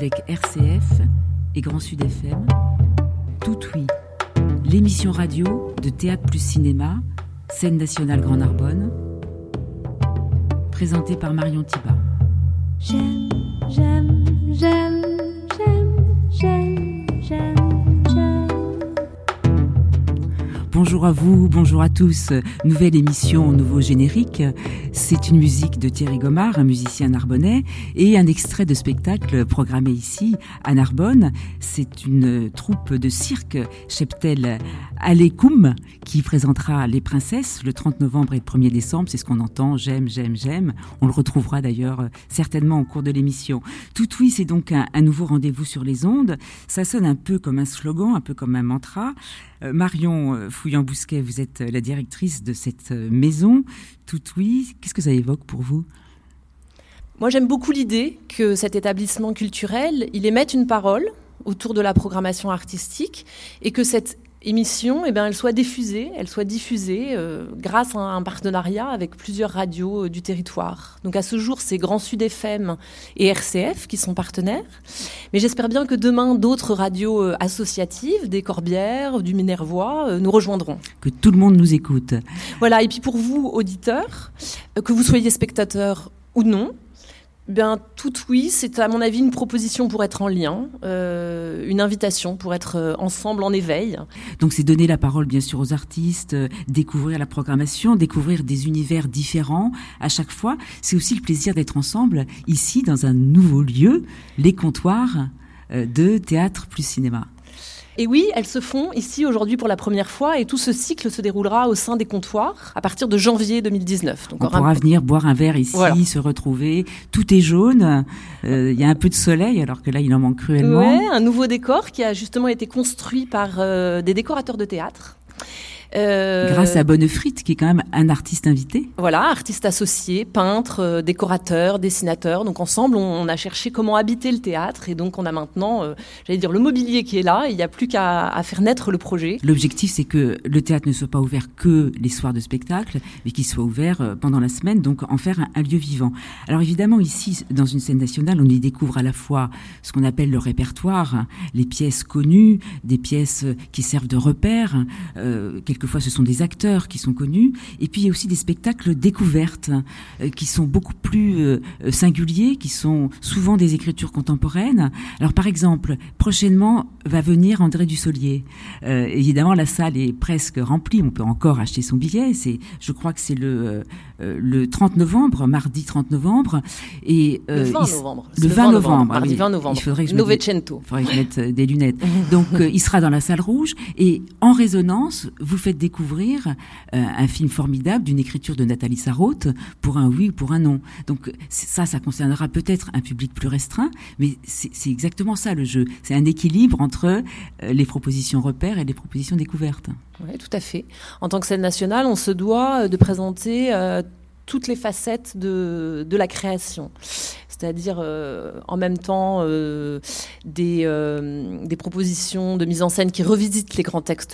avec RCF et Grand Sud FM. Tout oui, l'émission radio de Théâtre plus Cinéma, Scène nationale Grand Narbonne, présentée par Marion Thibat. J'aime, j'aime, j'aime, j'aime, j'aime, j'aime, j'aime. Bonjour à vous, bonjour à tous. Nouvelle émission, nouveau générique. C'est une musique de Thierry Gomard, un musicien narbonnais, et un extrait de spectacle programmé ici à Narbonne. C'est une troupe de cirque, Cheptel Alekoum, qui présentera Les Princesses le 30 novembre et le 1er décembre. C'est ce qu'on entend, j'aime, j'aime, j'aime. On le retrouvera d'ailleurs certainement au cours de l'émission. Tout oui, c'est donc un nouveau rendez-vous sur les ondes. Ça sonne un peu comme un slogan, un peu comme un mantra. Marion Fouillant-Bousquet, vous êtes la directrice de cette maison. Tout oui, qu'est-ce que ça évoque pour vous ? Moi, j'aime beaucoup l'idée que cet établissement culturel, il émette une parole autour de la programmation artistique et que cette émission, elle soit diffusée grâce à un partenariat avec plusieurs radios du territoire. Donc à ce jour, c'est Grand Sud FM et RCF qui sont partenaires. Mais j'espère bien que demain, d'autres radios associatives, des Corbières, du Minervois, nous rejoindront. Que tout le monde nous écoute. Voilà, et puis pour vous, auditeurs, que vous soyez spectateurs ou non, tout oui, c'est à mon avis une proposition pour être en lien, une invitation pour être ensemble en éveil. Donc c'est donner la parole bien sûr aux artistes, découvrir la programmation, découvrir des univers différents à chaque fois. C'est aussi le plaisir d'être ensemble ici dans un nouveau lieu, les comptoirs de Théâtre plus Cinéma. Et oui, elles se font ici aujourd'hui pour la première fois et tout ce cycle se déroulera au sein des comptoirs à partir de janvier 2019. Donc on pourra venir boire un verre ici, voilà. Se retrouver. Tout est jaune, il y a un peu de soleil alors que là il en manque cruellement. Ouais, un nouveau décor qui a justement été construit par des décorateurs de théâtre. Grâce à Bonnefrite, qui est quand même un artiste invité. Voilà, artiste associé, peintre, décorateur, dessinateur. Donc ensemble, on a cherché comment habiter le théâtre. Et donc on a maintenant, le mobilier qui est là. Il n'y a plus qu'à faire naître le projet. L'objectif, c'est que le théâtre ne soit pas ouvert que les soirs de spectacle, mais qu'il soit ouvert pendant la semaine, donc en faire un lieu vivant. Alors évidemment, ici, dans une scène nationale, on y découvre à la fois ce qu'on appelle le répertoire, les pièces connues, des pièces qui servent de repères, quelquefois, ce sont des acteurs qui sont connus. Et puis, il y a aussi des spectacles découvertes qui sont beaucoup plus singuliers, qui sont souvent des écritures contemporaines. Alors, par exemple, prochainement va venir André Dussolier. Évidemment, la salle est presque remplie. On peut encore acheter son billet. Je crois que c'est le 30 novembre, mardi 30 novembre. Et, le 20 novembre. Le 20 novembre. Mardi 20 novembre. Il faudrait que Novecento. Il faudrait que je mette des lunettes. Donc, il sera dans la salle rouge. Et en résonance, vous faites découvrir un film formidable d'une écriture de Nathalie Sarraute pour un oui ou pour un non. Donc ça concernera peut-être un public plus restreint, mais c'est exactement ça le jeu. C'est un équilibre entre les propositions repères et les propositions découvertes. Oui, tout à fait. En tant que scène nationale, on se doit de présenter toutes les facettes de la création. C'est-à-dire en même temps des propositions de mise en scène qui revisitent les grands textes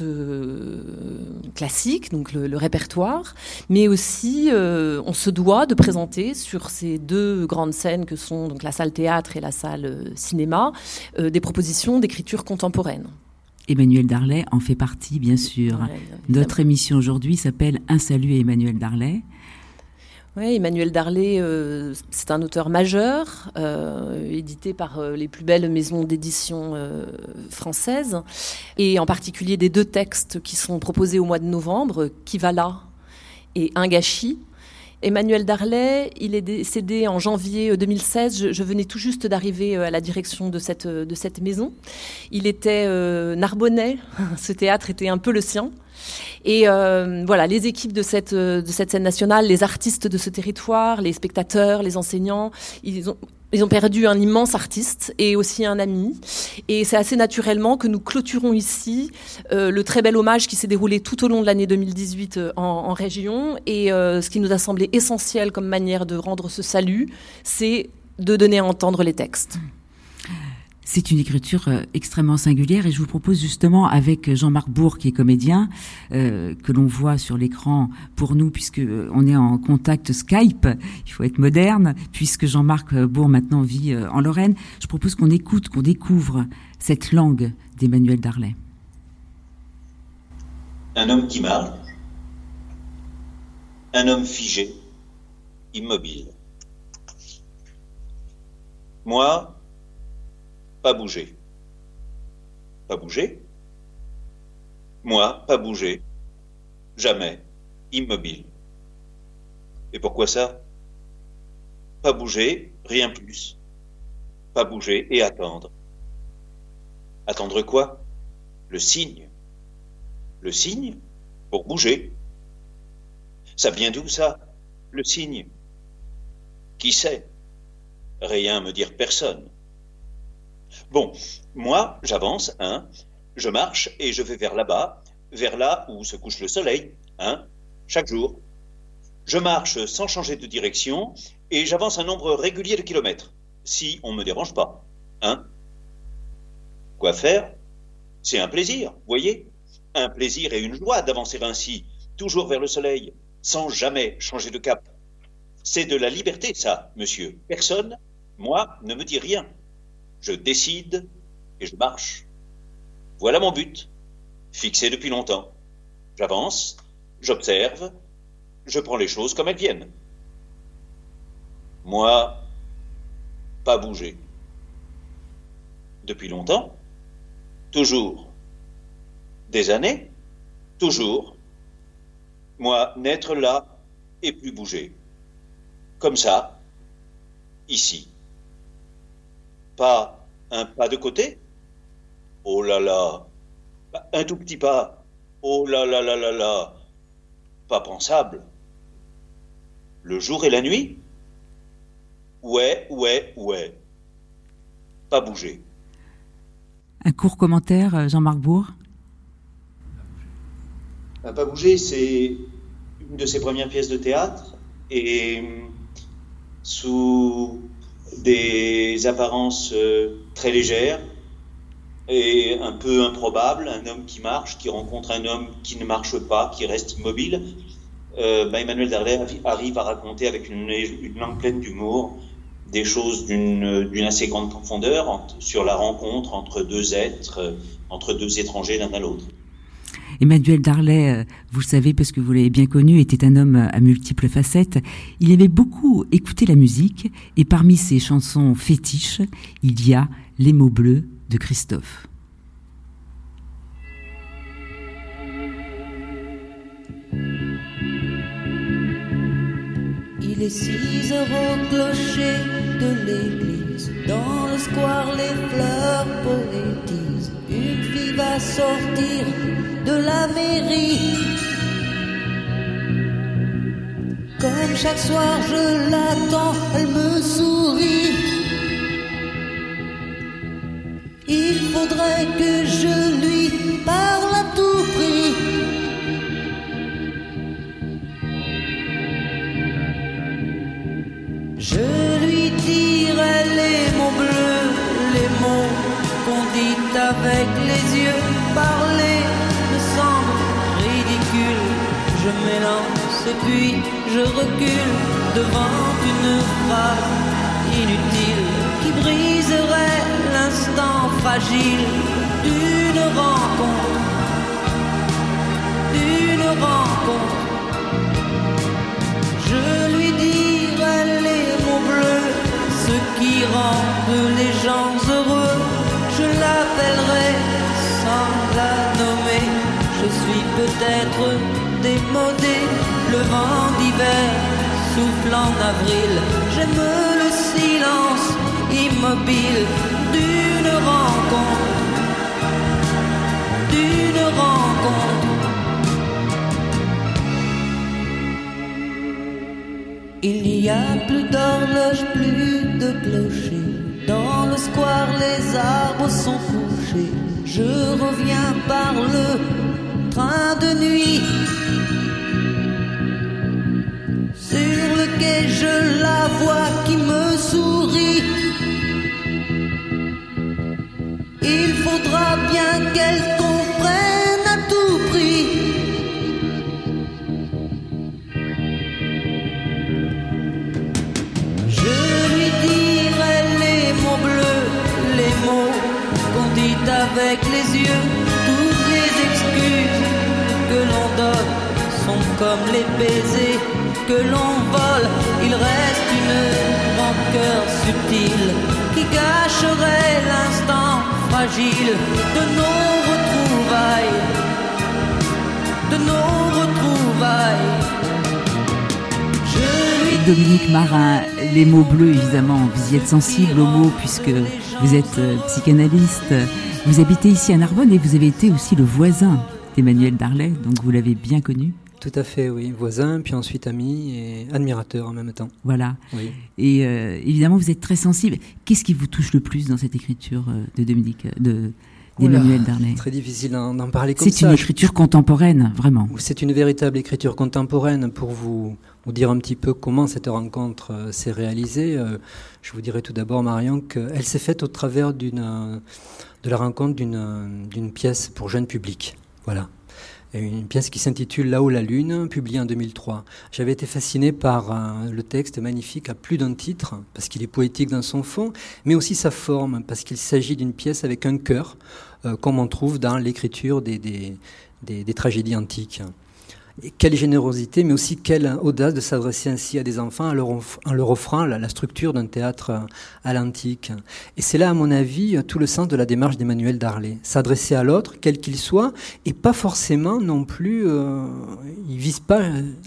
classiques, donc le répertoire, mais aussi on se doit de présenter sur ces deux grandes scènes que sont donc la salle théâtre et la salle cinéma, des propositions d'écriture contemporaine. Emmanuel Darlet en fait partie, bien sûr. Ouais, notre émission aujourd'hui s'appelle Un salut à Emmanuel Darlet. Oui, Emmanuel Darlet, c'est un auteur majeur, édité par les plus belles maisons d'édition françaises, et en particulier des deux textes qui sont proposés au mois de novembre, Qui va là et Un gâchis. Emmanuel Darlet, il est décédé en janvier 2016. Je venais tout juste d'arriver à la direction de cette maison. Il était narbonnais, ce théâtre était un peu le sien. Et voilà, les équipes de cette scène nationale, les artistes de ce territoire, les spectateurs, les enseignants, ils ont perdu un immense artiste et aussi un ami. Et c'est assez naturellement que nous clôturons ici le très bel hommage qui s'est déroulé tout au long de l'année 2018 en région. Et ce qui nous a semblé essentiel comme manière de rendre ce salut, c'est de donner à entendre les textes. C'est une écriture extrêmement singulière et je vous propose justement avec Jean-Marc Bourg qui est comédien, que l'on voit sur l'écran pour nous puisque on est en contact Skype, il faut être moderne, puisque Jean-Marc Bourg maintenant vit en Lorraine. Je propose qu'on écoute, qu'on découvre cette langue d'Emmanuel Darlet. Un homme qui marche, un homme figé, immobile. Moi, pas bouger. Pas bouger. Moi, pas bouger. Jamais. Immobile. Et pourquoi ça? Pas bouger, rien plus. Pas bouger et attendre. Attendre quoi? Le signe. Le signe pour bouger. Ça vient d'où ça? Le signe. Qui sait? Rien à me dire personne. Bon, moi, j'avance, je marche et je vais vers là-bas, vers là où se couche le soleil, chaque jour. Je marche sans changer de direction et j'avance un nombre régulier de kilomètres, si on ne me dérange pas, Quoi faire? C'est un plaisir, voyez? Un plaisir et une joie d'avancer ainsi, toujours vers le soleil, sans jamais changer de cap. C'est de la liberté, ça, monsieur. Personne, moi, ne me dit rien. Je décide et je marche. Voilà mon but, fixé depuis longtemps. J'avance, j'observe, je prends les choses comme elles viennent. Moi, pas bouger. Depuis longtemps, toujours. Des années, toujours. Moi, n'être là et plus bouger. Comme ça, ici. Pas un pas de côté? Oh là là. Un tout petit pas? Oh là là là là là. Pas pensable. Le jour et la nuit? Ouais. Pas bouger. Un court commentaire, Jean-Marc Bourg. Pas bouger, c'est une de ses premières pièces de théâtre et sous des apparences très légères et un peu improbables, un homme qui marche, qui rencontre un homme qui ne marche pas, qui reste immobile. Emmanuel Darlet arrive à raconter avec une langue pleine d'humour des choses d'une assez grande profondeur sur la rencontre entre deux êtres, entre deux étrangers l'un à l'autre. Emmanuel Darlet, vous le savez parce que vous l'avez bien connu, était un homme à multiples facettes. Il aimait beaucoup écouter la musique et parmi ses chansons fétiches, il y a Les mots bleus de Christophe. Il est 6 heures au clocher de l'église. Dans le square, les fleurs poétisent. Une fille va sortir de la mairie. Comme chaque soir, je l'attends, elle me sourit. Il faudrait que je lui parle à tout prix. Je lui dirai les mots bleus, les mots qu'on dit avec les yeux. Parler me semble ridicule. Je m'élance et puis je recule devant une phrase inutile qui briserait l'instant fragile d'une rencontre. Je lui dirai les mots bleus, ceux qui rendent les gens heureux. Je l'appellerai sans la nommer. Je suis peut-être démodé, le vent d'hiver souffle en avril. J'aime le silence immobile d'une rencontre. Il n'y a plus d'horloge, plus de clocher. Dans le square, les arbres sont couchés. Je reviens par le train de nuit. Sur le quai, je la vois qui me sourit. comme les baisers que l'on vole. Il reste une rancœur subtile qui gâcherait l'instant fragile de nos retrouvailles, de nos retrouvailles. Dominique Marin, les mots bleus, évidemment, vous y êtes sensible aux mots puisque vous êtes psychanalyste. Vous habitez ici à Narbonne et vous avez été aussi le voisin d'Emmanuel Darlet, donc vous l'avez bien connu. Tout à fait, oui. Voisin, puis ensuite ami et admirateur en même temps. Voilà. Oui. Et évidemment, vous êtes très sensible. Qu'est-ce qui vous touche le plus dans cette écriture d'Emmanuel Darlet? Très difficile d'en parler comme ça. C'est une écriture contemporaine, vraiment. C'est une véritable écriture contemporaine. Pour vous dire un petit peu comment cette rencontre s'est réalisée, je vous dirais tout d'abord, Marion, qu'elle s'est faite au travers de la rencontre d'une pièce pour jeune public. Voilà. Une pièce qui s'intitule Là-haut la lune, publiée en 2003. J'avais été fasciné par le texte magnifique à plus d'un titre, parce qu'il est poétique dans son fond, mais aussi sa forme, parce qu'il s'agit d'une pièce avec un cœur, comme on trouve dans l'écriture des tragédies antiques. Et quelle générosité, mais aussi quelle audace de s'adresser ainsi à des enfants en leur offrant la structure d'un théâtre à l'antique. Et c'est là, à mon avis, tout le sens de la démarche d'Emmanuel Darlet. S'adresser à l'autre, quel qu'il soit, et pas forcément non plus, il vise pas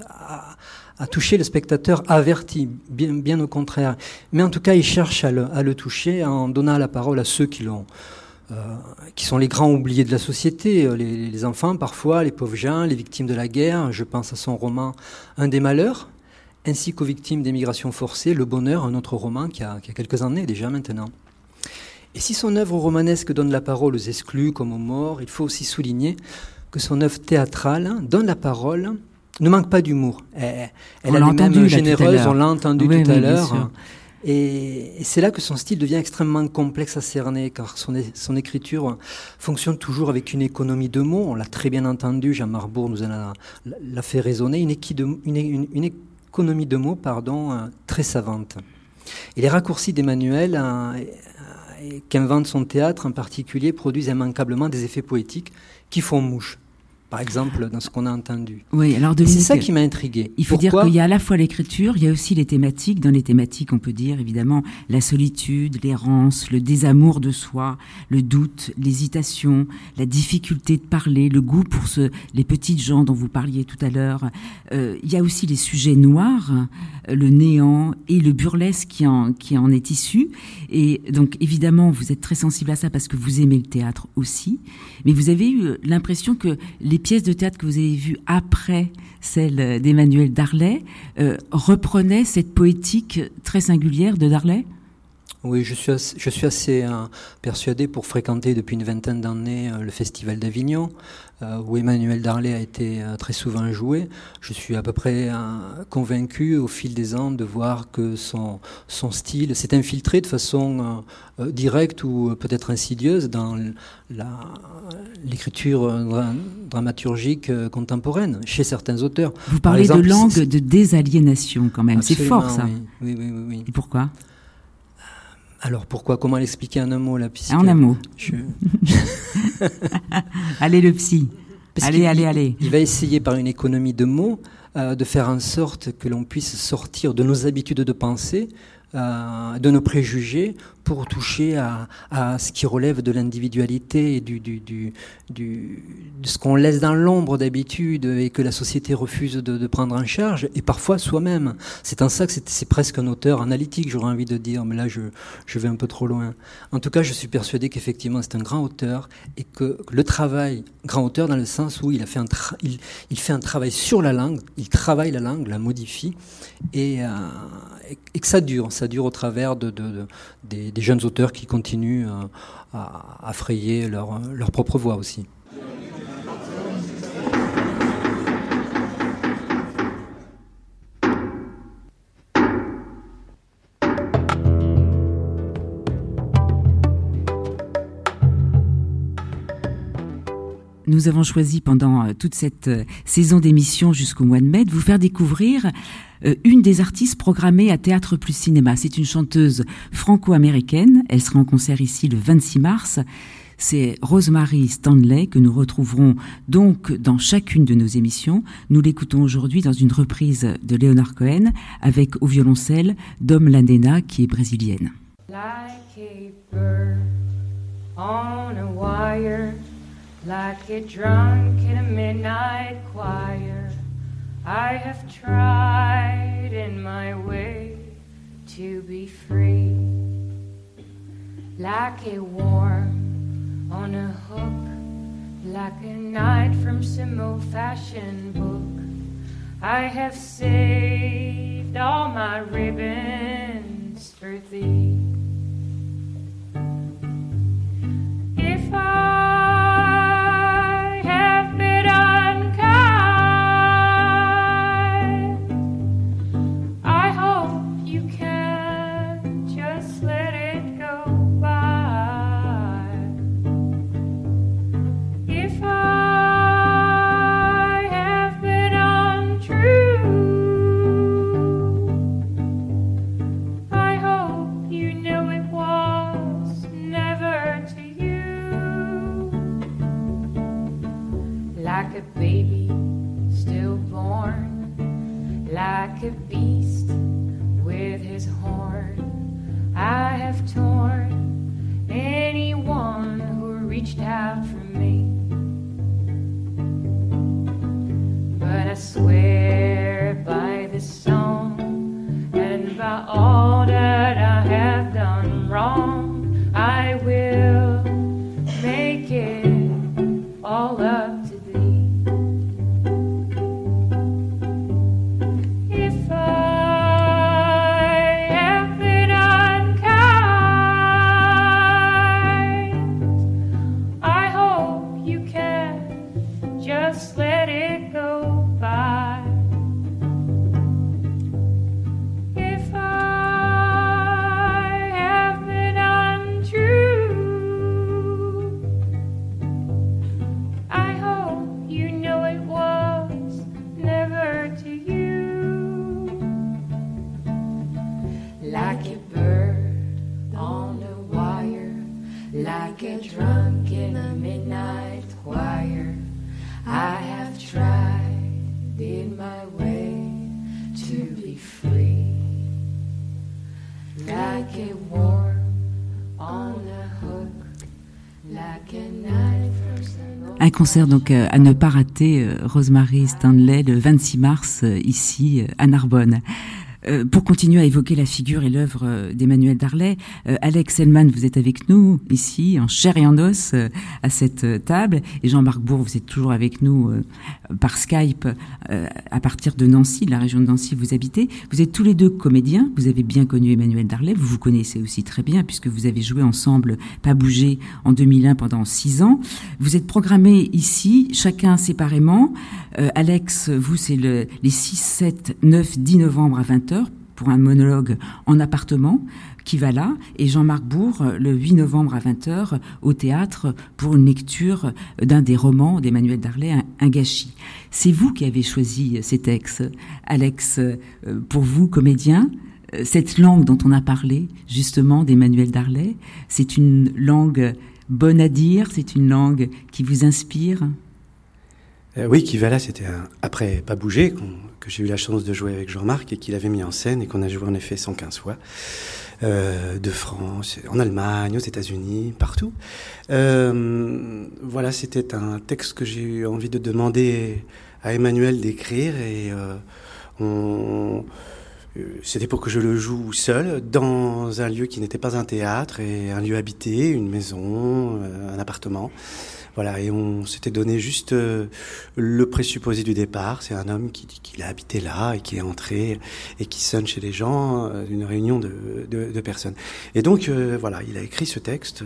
à toucher le spectateur averti, bien au contraire. Mais en tout cas, il cherche à le toucher en donnant la parole à ceux qui sont les grands oubliés de la société, les enfants parfois, les pauvres gens, les victimes de la guerre. Je pense à son roman Un des malheurs, ainsi qu'aux victimes d'émigration forcée, Le bonheur, un autre roman qui a quelques années déjà maintenant. Et si son œuvre romanesque donne la parole aux exclus comme aux morts, il faut aussi souligner que son œuvre théâtrale donne la parole, ne manque pas d'humour. Elle est même généreuse, on l'a entendu tout à l'heure. Et c'est là que son style devient extrêmement complexe à cerner, car son écriture fonctionne toujours avec une économie de mots. On l'a très bien entendu, Jean Marbourg nous l'a fait résonner, une économie de mots très savante. Et les raccourcis d'Emmanuel qu'invente son théâtre en particulier produisent immanquablement des effets poétiques qui font mouche. Par exemple, dans ce qu'on a entendu. Oui, alors Dominique, c'est ça qui m'a intrigué. Il faut dire qu'il y a à la fois l'écriture, il y a aussi les thématiques. Dans les thématiques, on peut dire évidemment la solitude, l'errance, le désamour de soi, le doute, l'hésitation, la difficulté de parler, le goût pour les petites gens dont vous parliez tout à l'heure. Il y a aussi les sujets noirs, le néant et le burlesque qui en est issu. Et donc évidemment, vous êtes très sensible à ça parce que vous aimez le théâtre aussi. Mais vous avez eu l'impression que les pièces de théâtre que vous avez vues après celle d'Emmanuel Darlet reprenaient cette poétique très singulière de Darlet? Oui, je suis assez persuadé, pour fréquenter depuis une vingtaine d'années le Festival d'Avignon, où Emmanuel Darlet a été très souvent joué. Je suis à peu près convaincu au fil des ans de voir que son style s'est infiltré de façon directe ou peut-être insidieuse dans l'écriture dramaturgique contemporaine, chez certains auteurs. Vous parlez de langue de désaliénation quand même, c'est fort ça. Oui. Et pourquoi ? Alors pourquoi ? Comment l'expliquer en un mot là, en un mot. Allez le psy. Allez. Il va essayer par une économie de mots de faire en sorte que l'on puisse sortir de nos habitudes de pensée, de nos préjugés, pour toucher à ce qui relève de l'individualité et de ce qu'on laisse dans l'ombre d'habitude et que la société refuse de prendre en charge, et parfois soi-même. C'est en ça que c'est presque un auteur analytique, j'aurais envie de dire, mais là je vais un peu trop loin. En tout cas, je suis persuadé qu'effectivement c'est un grand auteur, et que le travail, grand auteur dans le sens où il fait un travail sur la langue, il travaille la langue, la modifie, et que ça dure au travers des jeunes auteurs qui continuent à frayer leur propre voie aussi. Nous avons choisi pendant toute cette saison d'émissions jusqu'au mois de mai de vous faire découvrir une des artistes programmées à Théâtre Plus Cinéma. C'est une chanteuse franco-américaine. Elle sera en concert ici le 26 mars. C'est Rosemary Stanley que nous retrouverons donc dans chacune de nos émissions. Nous l'écoutons aujourd'hui dans une reprise de Leonard Cohen avec au violoncelle Dom Landena qui est brésilienne. Like a bird on a wire, like a drunk in a midnight choir, I have tried in my way to be free. Like a worm on a hook, like a knight from some old-fashioned book, I have saved all my ribbons for thee. If I have been unkind, I hope you can just let it go by. If I have been untrue, I hope you know it was never to you. Like a baby stillborn, like a beast with his horn, I have torn anyone who reached out for me. But I swear by this song and by all that I have done wrong, I will make it all up to thee. If I have been unkind, I hope you can just let it go by. If I have been untrue, I hope you know it was never to you. Like a bird on a wire, like a drunk in a midnight choir, I have tried in my way to be free. Like a worm on a hook, like a knife from some Un concert donc à ne pas rater, Rosemary Stanley, le 26 mars, ici à Narbonne. Pour continuer à évoquer la figure et l'œuvre d'Emmanuel Darlet, Alex Hellman, vous êtes avec nous ici en chair et en os à cette table, et Jean-Marc Bourg, vous êtes toujours avec nous par Skype à partir de Nancy, de la région de Nancy, vous habitez. Vous êtes tous les deux comédiens, vous avez bien connu Emmanuel Darlet, vous vous connaissez aussi très bien puisque vous avez joué ensemble Pas bouger en 2001 pendant 6 ans. Vous êtes programmés ici, chacun séparément. Alex, vous c'est les 6, 7, 9, 10 novembre à 20h pour un monologue en appartement qui va là, et Jean-Marc Bourg le 8 novembre à 20h au théâtre pour une lecture d'un des romans d'Emmanuel Darlet, un gâchis. C'est vous qui avez choisi ces textes, Alex, pour vous, comédien. Cette langue dont on a parlé, justement, d'Emmanuel Darlet, c'est une langue bonne à dire, c'est une langue qui vous inspire? Oui, qui va là, c'était après Pas bouger, que j'ai eu la chance de jouer avec Jean-Marc et qu'il avait mis en scène et qu'on a joué en effet 115 fois, de France, en Allemagne, aux États-Unis, partout. Voilà, c'était un texte que j'ai eu envie de demander à Emmanuel d'écrire et c'était pour que je le joue seul dans un lieu qui n'était pas un théâtre et un lieu habité, une maison, un appartement. Voilà, et on s'était donné juste le présupposé du départ. C'est un homme qui dit qu'il a habité là et qui est entré et qui sonne chez les gens, une réunion de personnes. Et donc, voilà, il a écrit ce texte.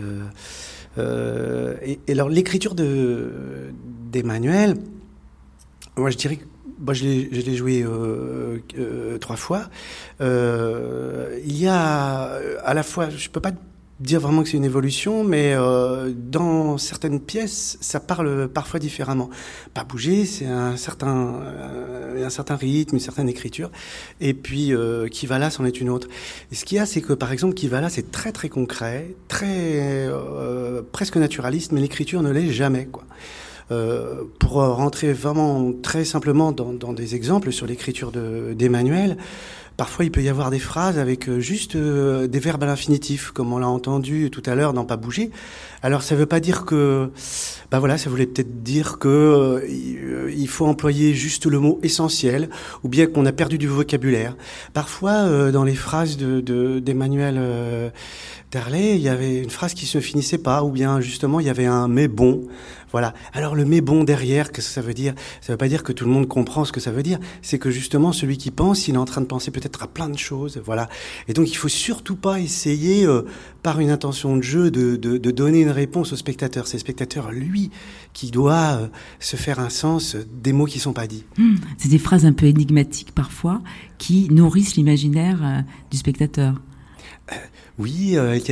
Et alors, l'écriture d'Emmanuel, moi je dirais que je l'ai joué 3 fois. Il y a à la fois, je peux pas dire vraiment que c'est une évolution, mais dans certaines pièces, ça parle parfois différemment. Pas bouger, c'est un certain rythme, une certaine écriture, et puis Qui va là, c'en est une autre. Et ce qu'il y a, c'est que par exemple, Qui va là, c'est très très concret, très presque naturaliste, mais l'écriture ne l'est jamais, quoi. Pour rentrer vraiment très simplement dans des exemples sur l'écriture d'Emmanuel, parfois il peut y avoir des phrases avec juste des verbes à l'infinitif, comme on l'a entendu tout à l'heure dans Pas bouger. Alors ça veut pas dire que, ça voulait peut-être dire que il faut employer juste le mot essentiel, ou bien qu'on a perdu du vocabulaire. Parfois dans les phrases d'Emmanuel Darlé, il y avait une phrase qui se finissait pas, ou bien justement il y avait un mais bon. Voilà. Alors le mais bon derrière, qu'est-ce que ça veut dire ? Ça veut pas dire que tout le monde comprend ce que ça veut dire. C'est que justement celui qui pense, il est en train de penser peut-être à plein de choses. Voilà. Et donc il faut surtout pas essayer par une intention de jeu de donner une réponse au spectateur. C'est le spectateur lui qui doit se faire un sens des mots qui sont pas dits. C'est des phrases un peu énigmatiques parfois qui nourrissent l'imaginaire du spectateur. Oui, il y a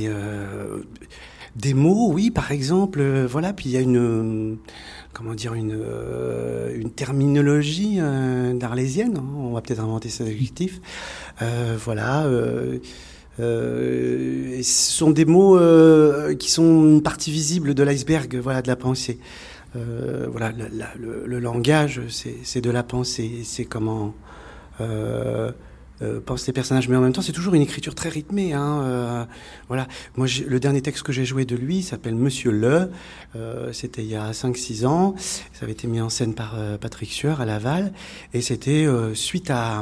des mots, oui, par exemple, puis il y a une terminologie d'arlésienne, on va peut-être inventer cet adjectif, et ce sont des mots qui sont une partie visible de l'iceberg, de la pensée. Le langage, c'est de la pensée, c'est comment pensent les personnages, mais en même temps c'est toujours une écriture très rythmée. Moi, le dernier texte que j'ai joué de lui s'appelle Monsieur Le. C'était il y a 5-6 ans. Ça avait été mis en scène par Patrick Sueur à Laval, et c'était suite à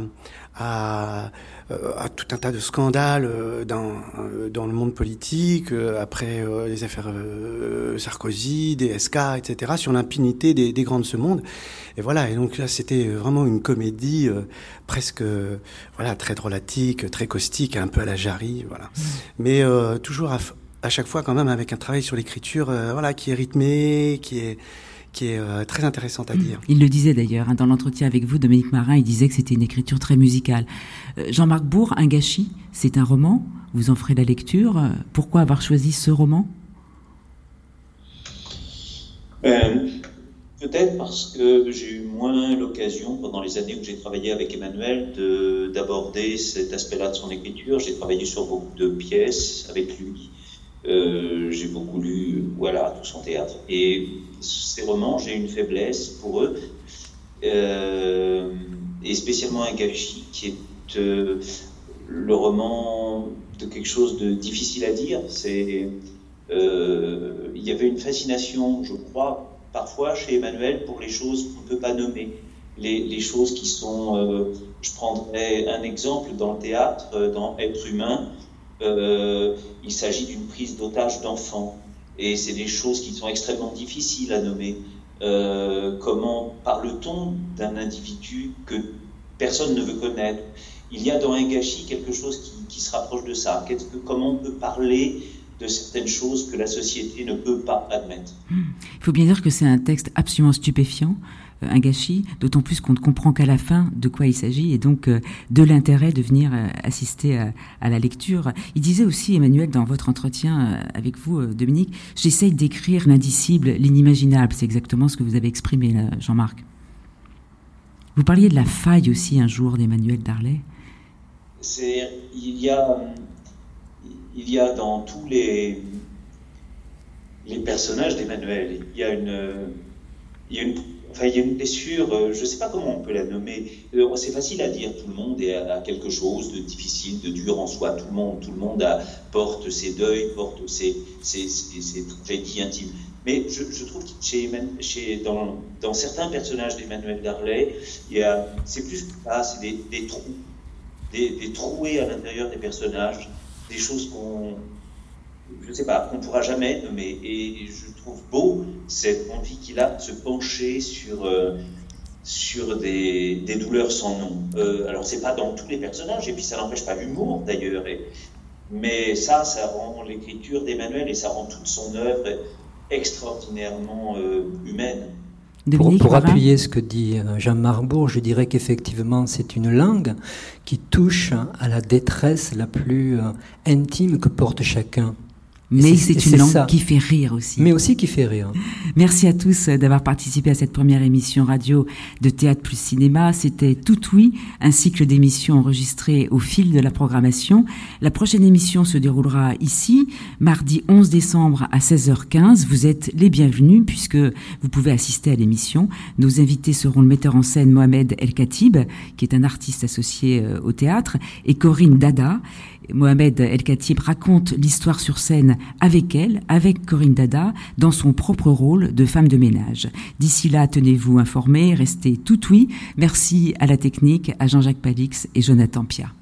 tout un tas de scandales dans le monde politique, après les affaires Sarkozy, DSK, etc., sur l'impunité des grands de ce monde. Et voilà, et donc là, c'était vraiment une comédie presque très drôlatique, très caustique, un peu à la Jarry, voilà. Mais toujours à chaque fois quand même avec un travail sur l'écriture qui est rythmé, qui est très intéressante à dire. Il le disait d'ailleurs, dans l'entretien avec vous, Dominique Marin, il disait que c'était une écriture très musicale. Jean-Marc Bourg, Un gâchis, c'est un roman, vous en ferez la lecture. Pourquoi avoir choisi ce roman ? Peut-être parce que j'ai eu moins l'occasion, pendant les années où j'ai travaillé avec Emmanuel, d'aborder cet aspect-là de son écriture. J'ai travaillé sur beaucoup de pièces avec lui. J'ai beaucoup lu, tout son théâtre. Et ces romans, j'ai une faiblesse pour eux, et spécialement Un gâchis, qui est le roman de quelque chose de difficile à dire. Il y avait une fascination, je crois, parfois chez Emmanuel pour les choses qu'on ne peut pas nommer, les choses qui sont... je prendrai un exemple dans le théâtre, dans Être humain. Il s'agit d'une prise d'otage d'enfants, et c'est des choses qui sont extrêmement difficiles à nommer. Comment parle-t-on d'un individu que personne ne veut connaître ? Il y a dans Un gâchis quelque chose qui se rapproche de ça. Comment on peut parler de certaines choses que la société ne peut pas admettre. Il faut bien dire que c'est un texte absolument stupéfiant, Un gâchis, d'autant plus qu'on ne comprend qu'à la fin de quoi il s'agit, et donc de l'intérêt de venir assister à la lecture. Il disait aussi, Emmanuel, dans votre entretien avec vous, Dominique, j'essaye d'écrire l'indicible, l'inimaginable. C'est exactement ce que vous avez exprimé, là, Jean-Marc. Vous parliez de la faille aussi un jour d'Emmanuel Darlé. Il y a dans tous les personnages d'Emmanuel, il y a une blessure, je ne sais pas comment on peut la nommer. C'est facile à dire, tout le monde a quelque chose de difficile, de dur en soi. Tout le monde porte ses deuils, porte ses tragédies intimes. Mais je trouve que dans certains personnages d'Emmanuel Darlé, c'est plus que ça, c'est des trous, des trouées à l'intérieur des personnages, des choses qu'on ne pourra jamais nommer. Et je trouve beau cette envie qu'il a de se pencher sur des douleurs sans nom. Alors c'est pas dans tous les personnages, et puis ça n'empêche pas l'humour d'ailleurs. Mais ça rend l'écriture d'Emmanuel, et ça rend toute son œuvre extraordinairement humaine. Dominique, pour appuyer ce que dit Jean Marbourg, je dirais qu'effectivement c'est une langue qui touche à la détresse la plus intime que porte chacun. Mais c'est une langue qui fait rire aussi. Mais aussi qui fait rire. Merci à tous d'avoir participé à cette première émission radio de Théâtre plus Cinéma. C'était Tout Oui, un cycle d'émissions enregistrées au fil de la programmation. La prochaine émission se déroulera ici, mardi 11 décembre à 16h15. Vous êtes les bienvenus puisque vous pouvez assister à l'émission. Nos invités seront le metteur en scène Mohamed El Khatib, qui est un artiste associé au théâtre, et Corinne Dada. Mohamed El Khatib raconte l'histoire sur scène avec elle, avec Corinne Dada, dans son propre rôle de femme de ménage. D'ici là, tenez-vous informés, restez tout oui. Merci à la technique, à Jean-Jacques Palix et Jonathan Pia.